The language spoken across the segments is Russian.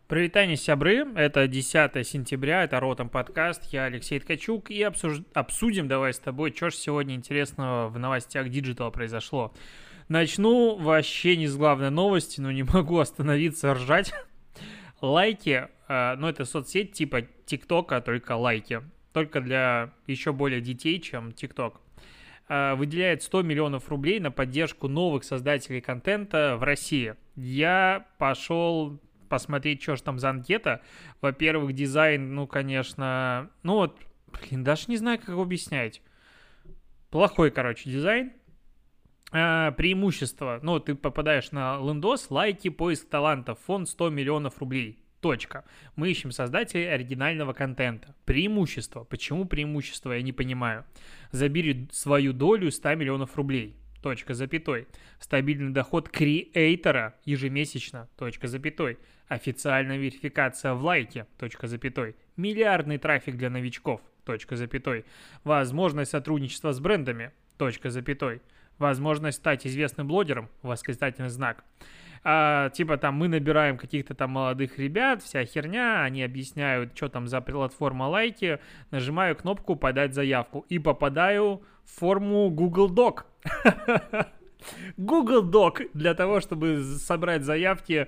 Привет, сябры, это 10 сентября, это Ротом подкаст, я Алексей Ткачук, и обсудим давай с тобой, что ж сегодня интересного в новостях диджитала произошло. Начну вообще не с главной новости, но не могу остановиться ржать. Лайки, это соцсеть типа ТикТока, только лайки, только для еще более детей, чем ТикТок. Выделяет 100 миллионов рублей на поддержку новых создателей контента в России. Я пошел посмотреть, что же там за анкета. Во-первых, дизайн, конечно, даже не знаю, как его объяснять. Плохой, дизайн. Преимущество. Ты попадаешь на лендос, лайки, поиск талантов, фонд 100 миллионов рублей. Точка. Мы ищем создателей оригинального контента. Преимущество. Почему преимущество, я не понимаю. Забери свою долю 100 миллионов рублей. Точка, запятой. Стабильный доход креатора ежемесячно. Точка, запятой. Официальная верификация в лайке. Точка, запятой. Миллиардный трафик для новичков. Точка, запятой. Возможность сотрудничества с брендами. Точка, запятой. Возможность стать известным блогером. Восклицательный знак. Мы набираем каких-то там молодых ребят, вся херня, они объясняют, что там за платформа лайки, нажимаю кнопку «Подать заявку» и попадаю в форму Google Doc. Google Doc для того, чтобы собрать заявки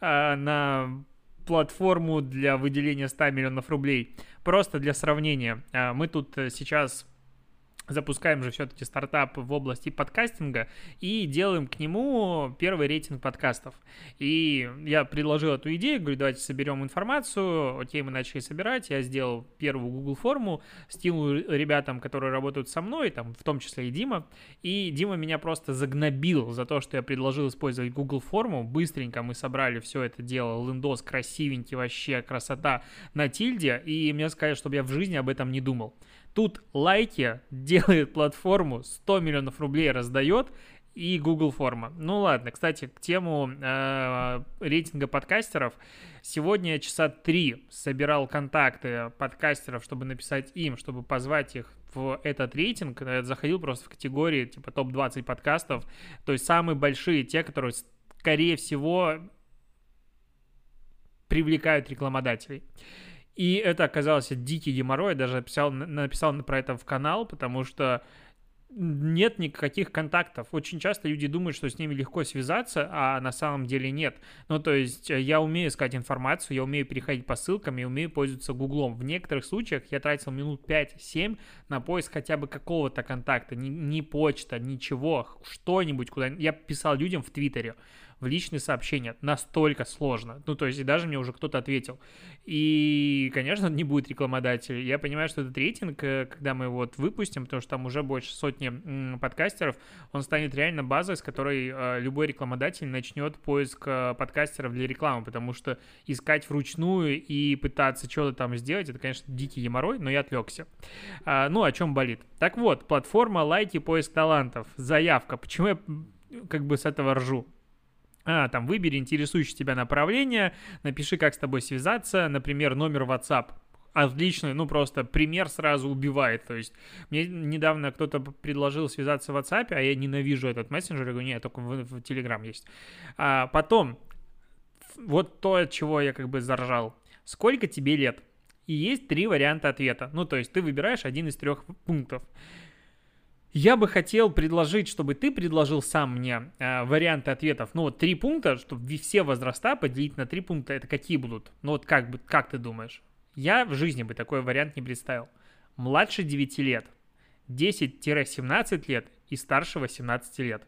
на платформу для выделения 100 миллионов рублей. Просто для сравнения. Мы тут сейчас запускаем же все-таки стартап в области подкастинга и делаем к нему первый рейтинг подкастов. И я предложил эту идею, говорю, давайте соберем информацию. Окей, мы начали собирать, я сделал первую Google форму, скинул ребятам, которые работают со мной, там, в том числе и Дима. И Дима меня просто загнобил за то, что я предложил использовать Google форму. Быстренько мы собрали все это дело, лендос красивенький, вообще красота на тильде. И мне сказали, чтобы я в жизни об этом не думал. Тут лайки делает платформу, 100 миллионов рублей раздает, и Google форма. Ну ладно, кстати, к тему рейтинга подкастеров. Сегодня часа 3 собирал контакты подкастеров, чтобы написать им, чтобы позвать их в этот рейтинг. Я заходил просто в категории типа топ-20 подкастов. То есть самые большие, те, которые, скорее всего, привлекают рекламодателей. И это оказалось дикий геморрой, я даже написал про это в канал, потому что нет никаких контактов. Очень часто люди думают, что с ними легко связаться, а на самом деле нет. То есть я умею искать информацию, я умею переходить по ссылкам, я умею пользоваться Гуглом. В некоторых случаях я тратил минут 5-7 на поиск хотя бы какого-то контакта, ни почта, ничего, что-нибудь, куда... Я писал людям в Твиттере, в личные сообщения. Настолько сложно. И даже мне уже кто-то ответил. И, конечно, не будет рекламодателей. Я понимаю, что этот рейтинг, когда мы его выпустим, потому что там уже больше сотни подкастеров, он станет реально базой, с которой любой рекламодатель начнет поиск подкастеров для рекламы, потому что искать вручную и пытаться что-то там сделать, это, конечно, дикий геморрой, но я отвлекся. О чем болит? Так вот, платформа лайки, поиск талантов, заявка. Почему я с этого ржу? Выбери интересующее тебя направление, напиши, как с тобой связаться, например, номер WhatsApp. Отлично, просто пример сразу убивает. То есть мне недавно кто-то предложил связаться в WhatsApp, а я ненавижу этот мессенджер, я говорю, нет, только в Telegram есть. Потом, вот то, от чего я заржал. Сколько тебе лет? И есть 3 варианта ответа. То есть ты выбираешь один из 3 пунктов. Я бы хотел предложить, чтобы ты предложил сам мне варианты ответов. 3 пункта, чтобы все возраста поделить на 3 пункта. Это какие будут? Как ты думаешь? Я в жизни бы такой вариант не представил. Младше 9 лет, 10-17 лет и старше 18 лет.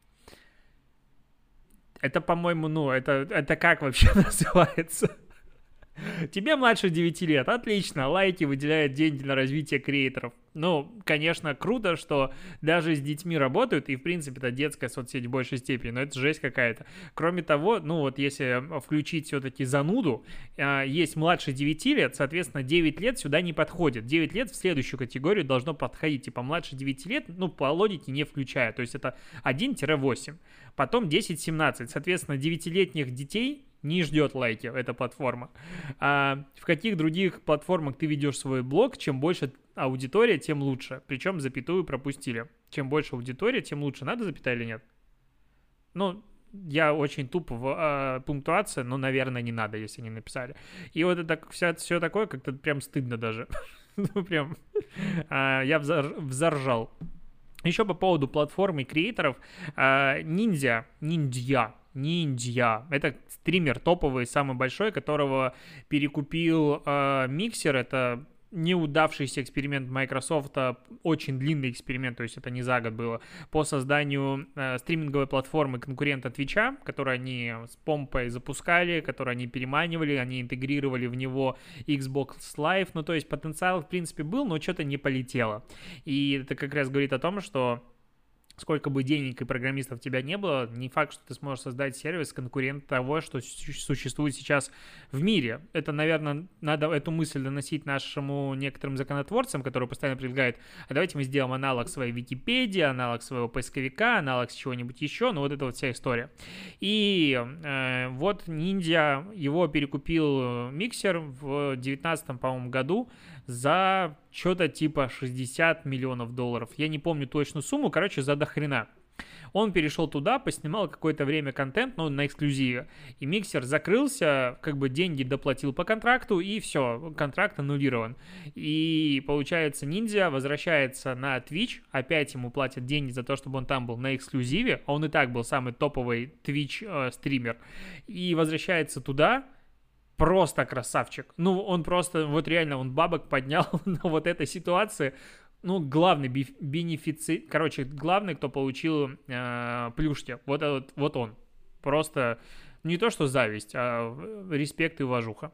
Это, по-моему, это как вообще называется? Тебе младше 9 лет, отлично, лайки выделяют деньги на развитие креаторов. Конечно, круто, что даже с детьми работают, и, в принципе, это детская соцсеть в большей степени, но это жесть какая-то. Кроме того, если включить все-таки зануду, есть младше 9 лет, соответственно, 9 лет сюда не подходит. 9 лет в следующую категорию должно подходить, типа младше 9 лет, по логике не включая, то есть это 1-8. Потом 10-17, соответственно, 9-летних детей не ждет лайки эта платформа. В каких других платформах ты ведешь свой блог, чем больше аудитория, тем лучше. Причем запятую пропустили. Чем больше аудитория, тем лучше. Надо запятая или нет? я очень туп в пунктуации, но, наверное, не надо, если не написали. И вот это все такое, как-то прям стыдно даже. Ну, прям я взоржал. Еще по поводу платформы креаторов. Ниндзя. Это стример топовый, самый большой, которого перекупил Миксер. Это неудавшийся эксперимент Microsoft, очень длинный эксперимент, то есть это не за год было, по созданию стриминговой платформы конкурента Твича, которую они с помпой запускали, которую они переманивали, они интегрировали в него Xbox Live, ну то есть потенциал в принципе был, но что-то не полетело. И это как раз говорит о том, что сколько бы денег и программистов у тебя не было, не факт, что ты сможешь создать сервис конкурент того, что существует сейчас в мире. Это, наверное, надо эту мысль доносить нашему некоторым законотворцам, которые постоянно предлагают, а давайте мы сделаем аналог своей Википедии, аналог своего поисковика, аналог чего-нибудь еще, ну вот это вот вся история. И вот Ниндзя, его перекупил Миксер в 19-м, по-моему, году за что-то типа $60 миллионов. Я не помню точную сумму, короче, за дохрена. Он перешел туда, поснимал какое-то время контент, но на эксклюзиве. И Миксер закрылся, как бы деньги доплатил по контракту, и все, контракт аннулирован. И получается, Ниндзя возвращается на Twitch, опять ему платят деньги за то, чтобы он там был на эксклюзиве, а он и так был самый топовый Twitch стример. И возвращается туда. Просто красавчик. Ну, он просто, вот реально, он бабок поднял на вот этой ситуации. Ну, главный бенефицит, короче, главный, кто получил плюшки, вот он. Просто не то, что зависть, а респект и уважуха.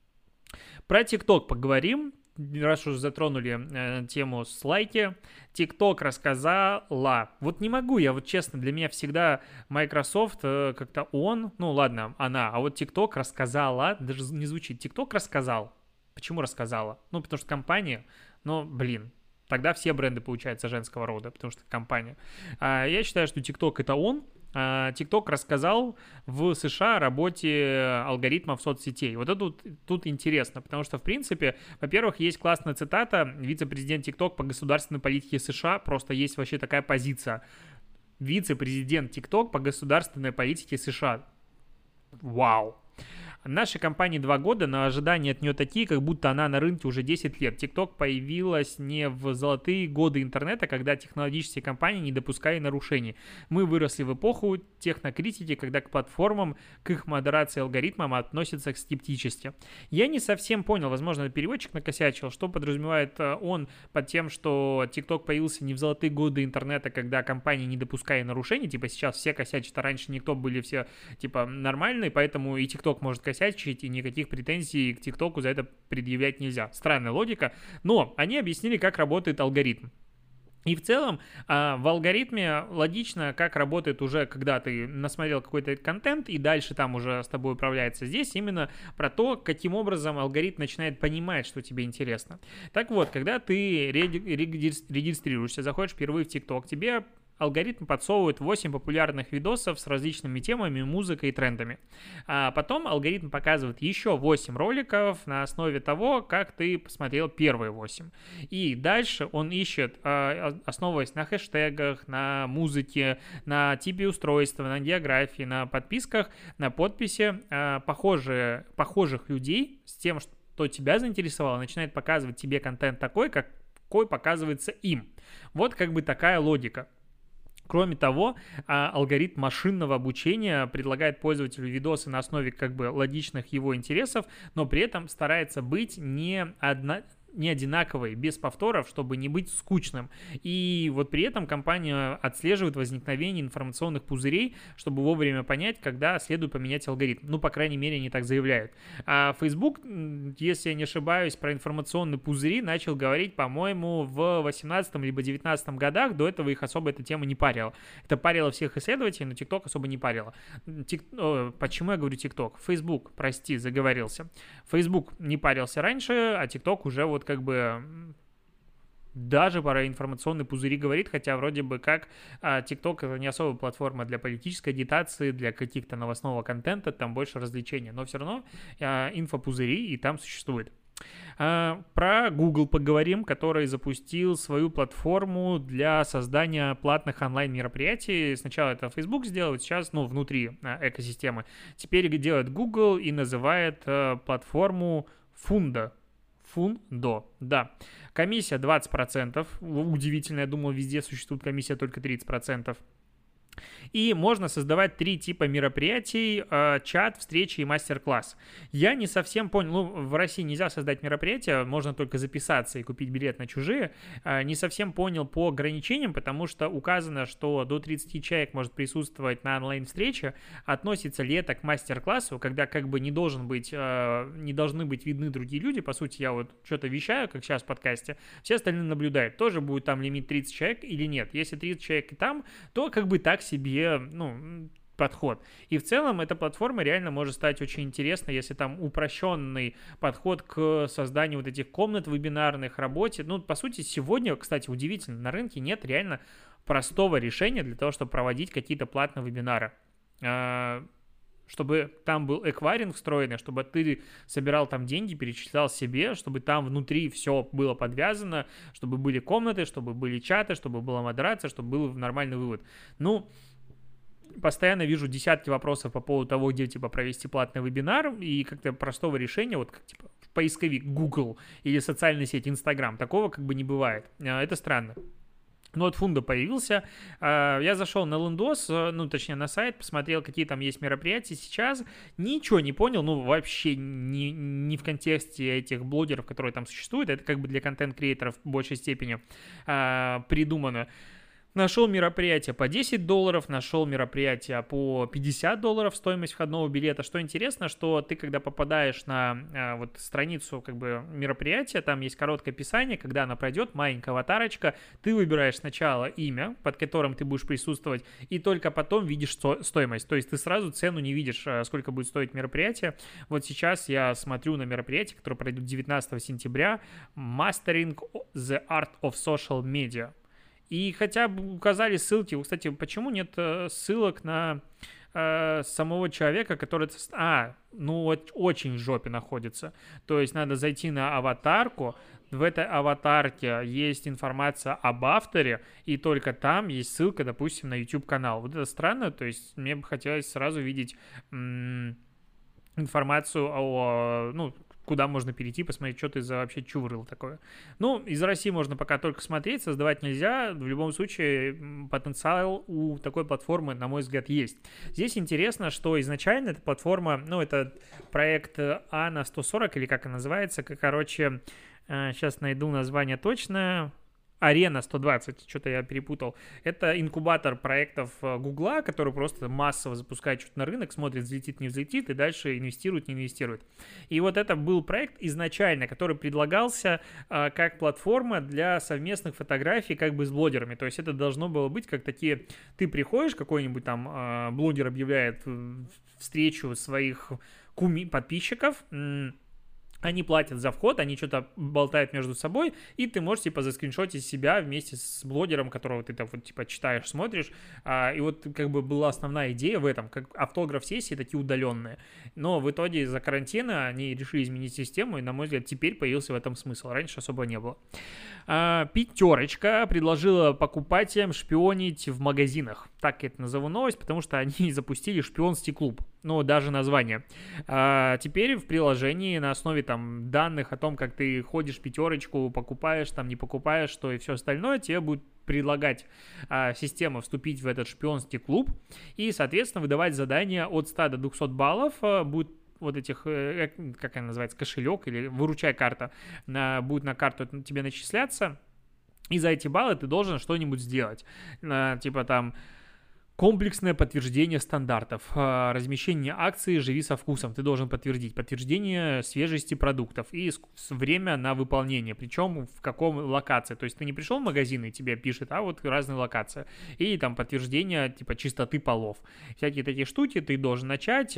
Про ТикТок поговорим. Раз уж затронули тему с лайки, TikTok рассказала. Вот не могу я, вот честно, для меня всегда Microsoft как-то ну ладно, она, а вот TikTok рассказала, даже не звучит, TikTok рассказал. Почему рассказала? Ну, потому что компания, ну, блин, тогда все бренды, получается, женского рода, потому что компания. Я считаю, что TikTok это он. TikTok рассказал в США о работе алгоритмов соцсетей. Вот это тут интересно, потому что, в принципе, во-первых, есть классная цитата, вице-президент TikTok по государственной политике США, просто есть вообще такая позиция. Вице-президент TikTok по государственной политике США. Вау! Нашей компании 2 года, но ожидания от нее такие, как будто она на рынке уже 10 лет. TikTok появилась не в золотые годы интернета, когда технологические компании не допускали нарушений. Мы выросли в эпоху технокритики, когда к платформам, к их модерации алгоритмам относятся скептически. Я не совсем понял, возможно, переводчик накосячил, что подразумевает он под тем, что TikTok появился не в золотые годы интернета, когда компании не допускали нарушений, типа сейчас все косячат, а раньше никто были все типа нормальные, поэтому и TikTok может косячить, и никаких претензий к ТикТоку за это предъявлять нельзя. Странная логика, но они объяснили, как работает алгоритм. И в целом в алгоритме логично, как работает уже, когда ты насмотрел какой-то контент, и дальше там уже с тобой управляется. Здесь именно про то, каким образом алгоритм начинает понимать, что тебе интересно. Так вот, когда ты регистрируешься, заходишь впервые в ТикТок, тебе алгоритм подсовывает 8 популярных видосов с различными темами, музыкой и трендами. А потом алгоритм показывает еще 8 роликов на основе того, как ты посмотрел первые 8. И дальше он ищет, основываясь на хэштегах, на музыке, на типе устройства, на географии, на подписках, на подписи похожих людей с тем, что тебя заинтересовало, начинает показывать тебе контент такой, какой показывается им. Вот как бы такая логика. Кроме того, алгоритм машинного обучения предлагает пользователю видосы на основе как бы логичных его интересов, но при этом старается быть не одинаковой, без повторов, чтобы не быть скучным. И вот при этом компания отслеживает возникновение информационных пузырей, чтобы вовремя понять, когда следует поменять алгоритм. Ну, по крайней мере, они так заявляют. А Facebook, если я не ошибаюсь, про информационные пузыри начал говорить, по-моему, в 18 либо 19 годах. До этого их особо эта тема не парила. Это парило всех исследователей, но TikTok особо не парило. Почему я говорю TikTok? Facebook, прости, заговорился. Facebook не парился раньше, а TikTok уже вот как бы даже про информационные пузыри говорит, хотя вроде бы как TikTok это не особая платформа для политической агитации, для каких-то новостного контента, там больше развлечения, но все равно инфопузыри и там существует. Про Google поговорим, который запустил свою платформу для создания платных онлайн-мероприятий. Сначала это Facebook сделал, сейчас, внутри экосистемы. Теперь делает Google и называет платформу Fundo. Fundo, да. Комиссия 20%. Удивительно, я думал, везде существует комиссия только 30%. И можно создавать 3 типа мероприятий: чат, встречи и мастер-класс. Я не совсем понял, в России нельзя создать мероприятие, можно только записаться и купить билет на чужие. Не совсем понял по ограничениям, потому что указано, что до 30 человек может присутствовать на онлайн-встрече. Относится ли это к мастер-классу, когда как бы не должны быть видны другие люди. По сути, я вот что-то вещаю, как сейчас в подкасте, все остальные наблюдают. Тоже будет там лимит 30 человек или нет. Если 30 человек и там, то как бы так себе, подход. И в целом эта платформа реально может стать очень интересной, если там упрощенный подход к созданию вот этих комнат вебинарных, работе. По сути, сегодня, кстати, удивительно, на рынке нет реально простого решения для того, чтобы проводить какие-то платные вебинары. Чтобы там был эквайринг встроенный, чтобы ты собирал там деньги, перечислял себе, чтобы там внутри все было подвязано, чтобы были комнаты, чтобы были чаты, чтобы была модерация, чтобы был нормальный вывод. Постоянно вижу десятки вопросов по поводу того, где, провести платный вебинар, и как-то простого решения, вот как, поисковик Google или социальная сеть Instagram, такого как бы не бывает. Это странно. Но вот Fundo появился, я зашел на Лендос, точнее на сайт, посмотрел, какие там есть мероприятия сейчас, ничего не понял, вообще не в контексте этих блогеров, которые там существуют, это как бы для контент-креаторов в большей степени придумано. Нашел мероприятие по $10, нашел мероприятие по $50 стоимость входного билета. Что интересно, что ты, когда попадаешь на вот страницу как бы мероприятия, там есть короткое описание, когда она пройдет, маленькая аватарочка, ты выбираешь сначала имя, под которым ты будешь присутствовать, и только потом видишь стоимость. То есть ты сразу цену не видишь, сколько будет стоить мероприятие. Вот сейчас я смотрю на мероприятие, которое пройдет 19 сентября, Mastering the Art of Social Media. И хотя бы указали ссылки, кстати, почему нет ссылок на самого человека, который... очень в жопе находится. То есть надо зайти на аватарку, в этой аватарке есть информация об авторе, и только там есть ссылка, допустим, на YouTube-канал. Вот это странно, то есть мне бы хотелось сразу видеть информацию о... куда можно перейти, посмотреть, что ты за вообще чуврил такое. Из России можно пока только смотреть, создавать нельзя. В любом случае, потенциал у такой платформы, на мой взгляд, есть. Здесь интересно, что изначально эта платформа, это проект ANA 140, или как она называется, сейчас найду название точное. Арена 120, что-то я перепутал. Это инкубатор проектов Гугла, который просто массово запускает что-то на рынок, смотрит, взлетит, не взлетит, и дальше инвестирует, не инвестирует. И вот это был проект изначально, который предлагался как платформа для совместных фотографий как бы с блогерами. То есть это должно было быть как такие... Ты приходишь, какой-нибудь там блогер объявляет встречу своих подписчиков, они платят за вход, они что-то болтают между собой, и ты можешь, заскриншотить себя вместе с блогером, которого ты там, читаешь, смотришь. И вот, как бы, была основная идея в этом, как автограф-сессии такие удаленные. Но в итоге из-за карантина они решили изменить систему, и, на мой взгляд, теперь появился в этом смысл. Раньше особо не было. Пятерочка предложила покупателям шпионить в магазинах. Так я это назову новость, потому что они запустили шпионский клуб. Даже название. Теперь в приложении на основе там данных о том, как ты ходишь в пятерочку, покупаешь, там не покупаешь, что и все остальное, тебе будет предлагать система вступить в этот шпионский клуб и, соответственно, выдавать задания от 100 до 200 баллов. Будет вот этих, как она называется, кошелек или выручай карта, будет на карту тебе начисляться, и за эти баллы ты должен что-нибудь сделать. Комплексное подтверждение стандартов, размещение акций «Живи со вкусом». Ты должен подтверждение свежести продуктов и время на выполнение, причем в каком локации. То есть ты не пришел в магазин и тебе пишет, вот разные локации. И там подтверждение чистоты полов. Всякие такие штуки ты должен начать,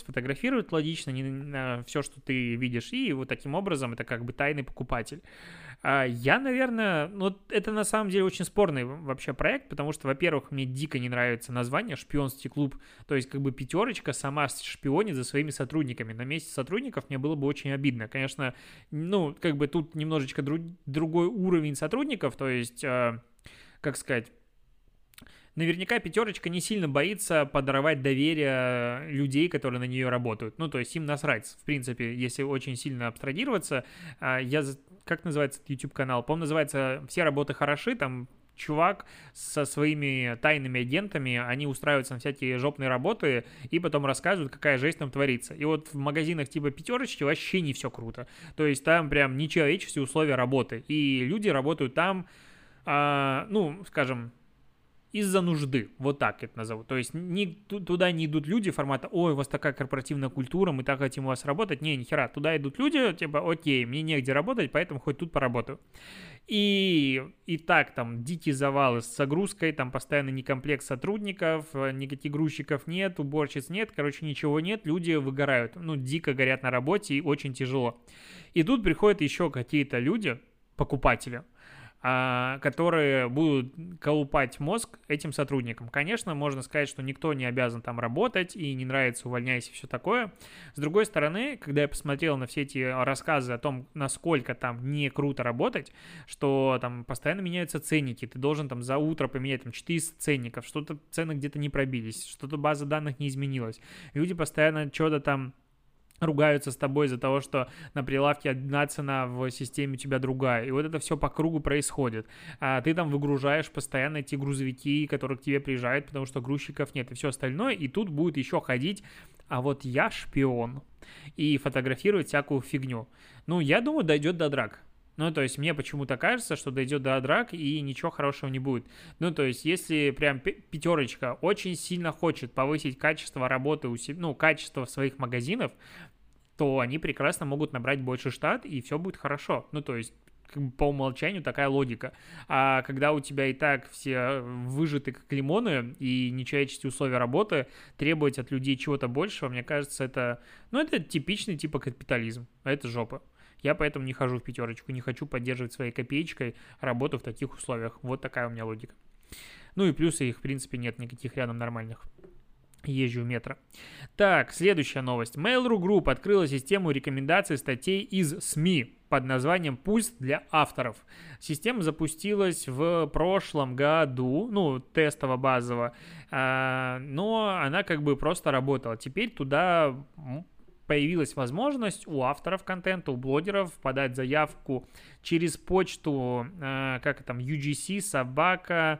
сфотографировать логично все, что ты видишь. И вот таким образом это как бы тайный покупатель. Я, наверное, ну, это на самом деле очень спорный вообще проект, потому что, во-первых, мне дико не нравится название «Шпионский клуб», то есть как бы пятерочка сама шпионит за своими сотрудниками. На месте сотрудников мне было бы очень обидно. Конечно, ну, как бы тут немножечко другой уровень сотрудников, то есть, как сказать, наверняка пятерочка не сильно боится подорвать доверие людей, которые на нее работают. Ну, то есть им насрать, в принципе, если очень сильно абстрагироваться. Как называется этот YouTube-канал? По-моему, называется «Все работы хороши», там чувак со своими тайными агентами, они устраиваются на всякие жопные работы и потом рассказывают, какая жесть там творится. И вот в магазинах типа пятерочки вообще не все круто. То есть там прям нечеловеческие условия работы. И люди работают там, ну, скажем, из-за нужды, вот так это назову. То есть туда не идут люди формата «Ой, у вас такая корпоративная культура, мы так хотим у вас работать». Не, нихера, туда идут люди, типа «Окей, мне негде работать, поэтому хоть тут поработаю». И так там дикие завалы с загрузкой, там постоянно некомплект сотрудников, никаких грузчиков нет, уборщиц нет, короче, ничего нет, люди выгорают, ну, дико горят на работе и очень тяжело. И тут приходят еще какие-то люди, покупатели, которые будут колупать мозг этим сотрудникам. Конечно, можно сказать, что никто не обязан там работать и не нравится, увольняйся и все такое. С другой стороны, когда я посмотрел на все эти рассказы о том, насколько там не круто работать, что там постоянно меняются ценники, ты должен там за утро поменять там 400 ценников, что-то цены где-то не пробились, что-то база данных не изменилась. Люди постоянно что-то там ругаются с тобой из-за того, что на прилавке одна цена, в системе у тебя другая. И вот это все по кругу происходит. Ты там выгружаешь постоянно эти грузовики, которые к тебе приезжают, потому что грузчиков нет и все остальное. И тут будет еще ходить, а вот я шпион, и фотографировать всякую фигню. Ну, я думаю, дойдет до драк. Ну, то есть мне почему-то кажется, что дойдет до драк и ничего хорошего не будет. Ну, то есть если прям пятерочка очень сильно хочет повысить качество работы у себя, ну, качество своих магазинов, то они прекрасно могут набрать больше штат, и все будет хорошо. Ну, то есть как бы по умолчанию такая логика. А когда у тебя и так все выжаты как лимоны и нечеловеческие условия работы, требовать от людей чего-то большего, мне кажется, это, ну, это типичный типа капитализм. А это жопа. Я поэтому не хожу в пятерочку, не хочу поддерживать своей копеечкой работу в таких условиях. Вот такая у меня логика. Ну и плюсы их, в принципе, нет никаких рядом нормальных. Езжу в метро. Так, следующая новость. Mail.ru Group открыла систему рекомендаций статей из СМИ под названием «Пульс для авторов». Система запустилась в прошлом году, ну, тестово-базово, но она как бы просто работала. Теперь туда появилась возможность у авторов контента, у блогеров подать заявку через почту, как там, UGC, собака,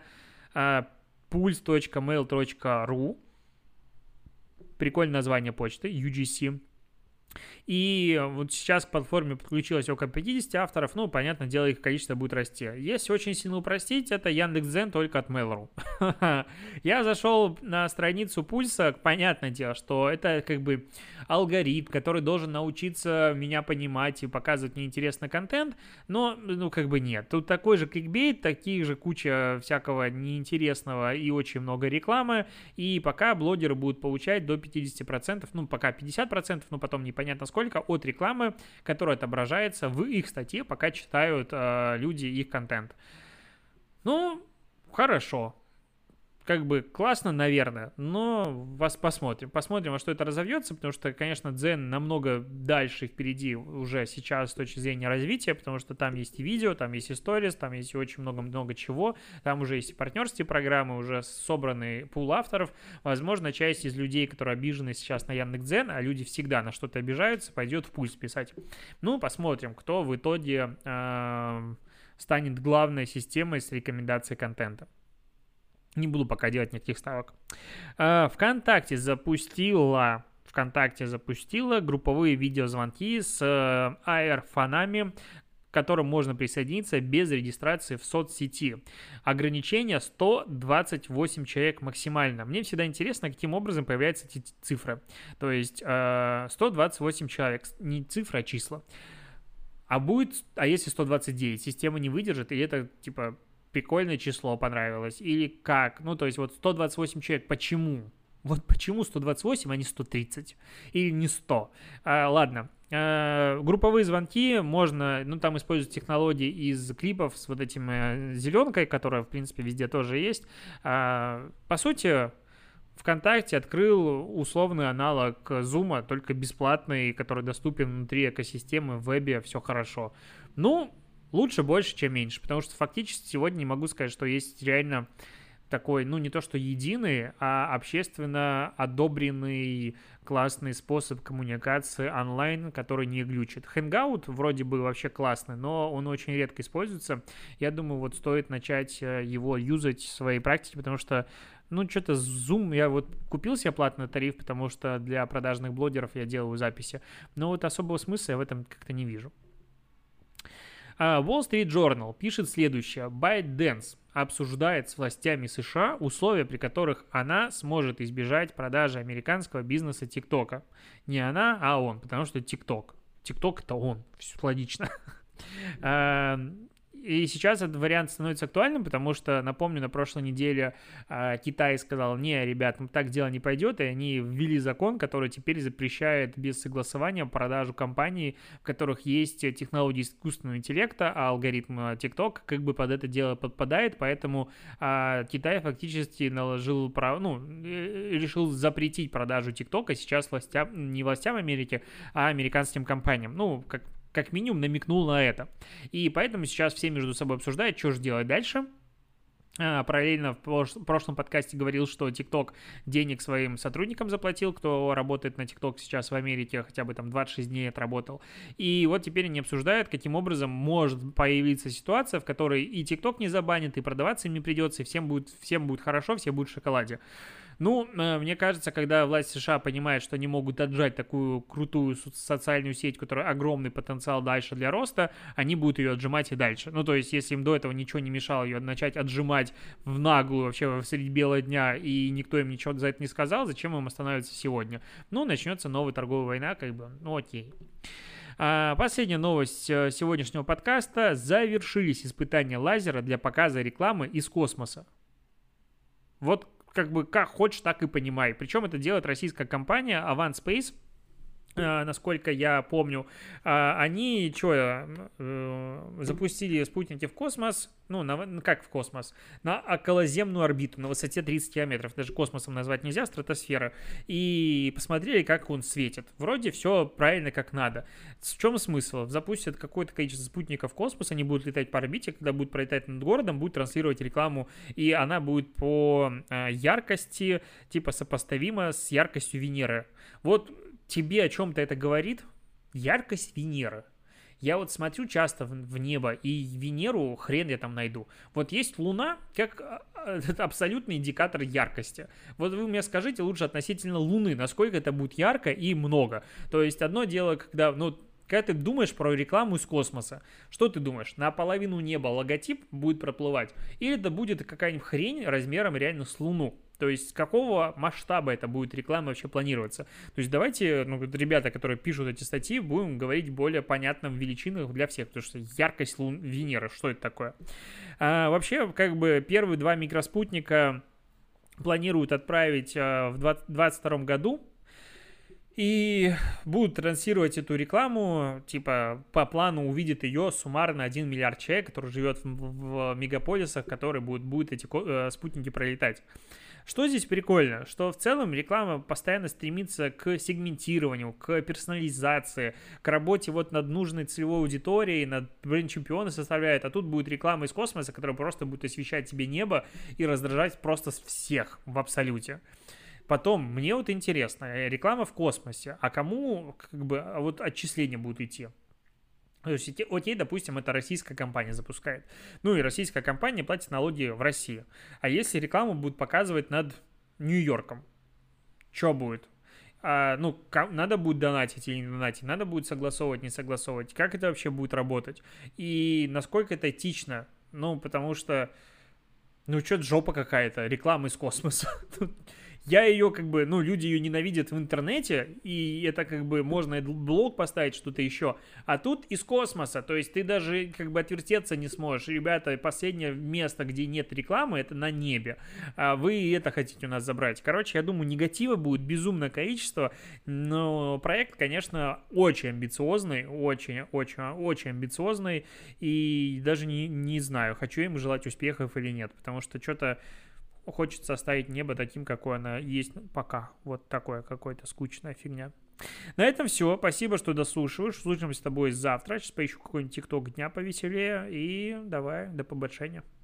pulse.mail.ru. Прикольное название почты, UGC. И вот сейчас к платформе подключилось около 50 авторов, ну, понятное дело, их количество будет расти. Если очень сильно упростить, это Яндекс.Дзен только от Mail.ru. Я зашел на страницу Пульса, понятное дело, что это как бы алгоритм, который должен научиться меня понимать и показывать мне интересный контент, но, ну, как бы нет. Тут такой же кликбейт, таких же куча всякого неинтересного и очень много рекламы, и пока блогеры будут получать до 50%, ну, пока 50%, но потом непонятно сколько, от рекламы, которая отображается в их статье, пока читают люди их контент. Ну, хорошо. Как бы классно, наверное, но вас посмотрим. Посмотрим, во что это разовьется, потому что, конечно, Дзен намного дальше впереди уже сейчас с точки зрения развития, потому что там есть и видео, там есть и сторис, там есть и очень много-много чего. Там уже есть и партнерские программы, уже собранный пул авторов. Возможно, часть из людей, которые обижены сейчас на Яндекс.Дзен, а люди всегда на что-то обижаются, пойдет в Пульс писать. Ну, посмотрим, кто в итоге станет главной системой с рекомендацией контента. Не буду пока делать никаких ставок. ВКонтакте запустила групповые видеозвонки с AR-фонами, к которым можно присоединиться без регистрации в соцсети. Ограничение 128 человек максимально. Мне всегда интересно, каким образом появляются эти цифры. То есть 128 человек, не цифра, а числа. А если 129? Система не выдержит, и это типа прикольное число понравилось, или как, ну, то есть вот 128 человек, почему? Вот почему 128, а не 130? Или не 100? Ладно, Групповые звонки можно, ну, там использовать технологии из клипов с вот этим зеленкой, которая, в принципе, везде тоже есть. По сути, ВКонтакте открыл условный аналог Зума, только бесплатный, который доступен внутри экосистемы, в вебе, все хорошо. Ну, лучше больше, чем меньше, потому что фактически сегодня не могу сказать, что есть реально такой, ну, не то что единый, а общественно одобренный классный способ коммуникации онлайн, который не глючит. Hangout вроде бы вообще классный, но он очень редко используется. Я думаю, вот стоит начать его юзать в своей практике, потому что, ну, что-то Zoom, я вот купил себе платный тариф, потому что для продажных блогеров я делаю записи, но вот особого смысла я в этом как-то не вижу. Wall Street Journal пишет следующее. ByteDance обсуждает с властями США условия, при которых она сможет избежать продажи американского бизнеса ТикТока. Не она, а он, потому что ТикТок. ТикТок — это он. Все логично. И сейчас этот вариант становится актуальным, потому что, напомню, на прошлой неделе Китай сказал: не, ребят, так дело не пойдет, и они ввели закон, который теперь запрещает без согласования продажу компаний, в которых есть технологии искусственного интеллекта, а алгоритм TikTok как бы под это дело подпадает, поэтому Китай фактически наложил решил запретить продажу TikTok сейчас не властям Америки, а американским компаниям. Ну, как минимум намекнул на это. И поэтому сейчас все между собой обсуждают, что же делать дальше. Параллельно в прошлом подкасте говорил, что TikTok денег своим сотрудникам заплатил, кто работает на TikTok сейчас в Америке, хотя бы там 26 дней отработал. И вот теперь они обсуждают, каким образом может появиться ситуация, в которой и TikTok не забанит, и продаваться им не придется, и всем будет хорошо, все будут в шоколаде. Ну, мне кажется, когда власть США понимает, что они могут отжать такую крутую социальную сеть, которая огромный потенциал дальше для роста, они будут ее отжимать и дальше. Ну, то есть, если им до этого ничего не мешало ее начать отжимать в наглую вообще среди бела дня, и никто им ничего за это не сказал, зачем им останавливаться сегодня? Ну, начнется новая торговая война, как бы, ну окей. Последняя новость сегодняшнего подкаста. Завершились испытания лазера для показа рекламы из космоса. Вот как бы как хочешь, так и понимай. Причем это делает российская компания Avant Space. Насколько я помню, они запустили спутники в космос, как в космос, на околоземную орбиту на высоте 30 километров, даже космосом назвать нельзя, стратосфера, и посмотрели, как он светит. Вроде все правильно, как надо. В чем смысл? Запустят какое-то количество спутников в космос, они будут летать по орбите, когда будут пролетать над городом, будут транслировать рекламу, и она будет по яркости, типа сопоставима с яркостью Венеры. Вот тебе о чем-то это говорит? Яркость Венеры. Я вот смотрю часто в небо, и Венеру хрен я там найду. Вот есть Луна как абсолютный индикатор яркости. Вот вы мне скажите лучше относительно Луны, насколько это будет ярко и много. То есть одно дело, когда ты думаешь про рекламу из космоса, что ты думаешь? Наполовину неба логотип будет проплывать? Или это будет какая-нибудь хрень размером реально с Луну? То есть с какого масштаба это будет реклама вообще планироваться? То есть давайте, ребята, которые пишут эти статьи, будем говорить более понятным величинах для всех, потому что яркость Венеры, что это такое? Вообще, как бы первые 2 микроспутника планируют отправить в 2022 году. И будут транслировать эту рекламу, типа по плану увидит ее суммарно 1 миллиард человек, который живет в мегаполисах, которые будут эти спутники пролетать. Что здесь прикольно? Что в целом реклама постоянно стремится к сегментированию, к персонализации, к работе вот над нужной целевой аудиторией, над бренд-чемпионы составляет, а тут будет реклама из космоса, которая просто будет освещать тебе небо и раздражать просто всех в абсолюте. Потом, мне вот интересно, реклама в космосе, а кому вот отчисления будут идти? То есть, окей, допустим, это российская компания запускает. Ну и российская компания платит налоги в России. А если рекламу будут показывать над Нью-Йорком, что будет? Надо будет донатить или не донатить, надо будет согласовывать, не согласовывать. Как это вообще будет работать? И насколько это этично? Потому что, что-то жопа какая-то, реклама из космоса. я ее как бы, ну, люди ее ненавидят в интернете, и это как бы можно блог поставить, что-то еще. А тут из космоса, то есть ты даже как бы отвертеться не сможешь. Ребята, последнее место, где нет рекламы, это на небе. А вы это хотите у нас забрать. Короче, я думаю, негатива будет безумное количество, но проект, конечно, очень амбициозный, очень амбициозный, и даже не знаю, хочу ему желать успехов или нет, потому что что-то хочется оставить небо таким, какое оно есть пока. Вот такое, какое-то скучная фигня. На этом все. Спасибо, что дослушиваешь. Слушаемся с тобой завтра. Сейчас поищу какой-нибудь тикток дня повеселее. И давай, до побольшения.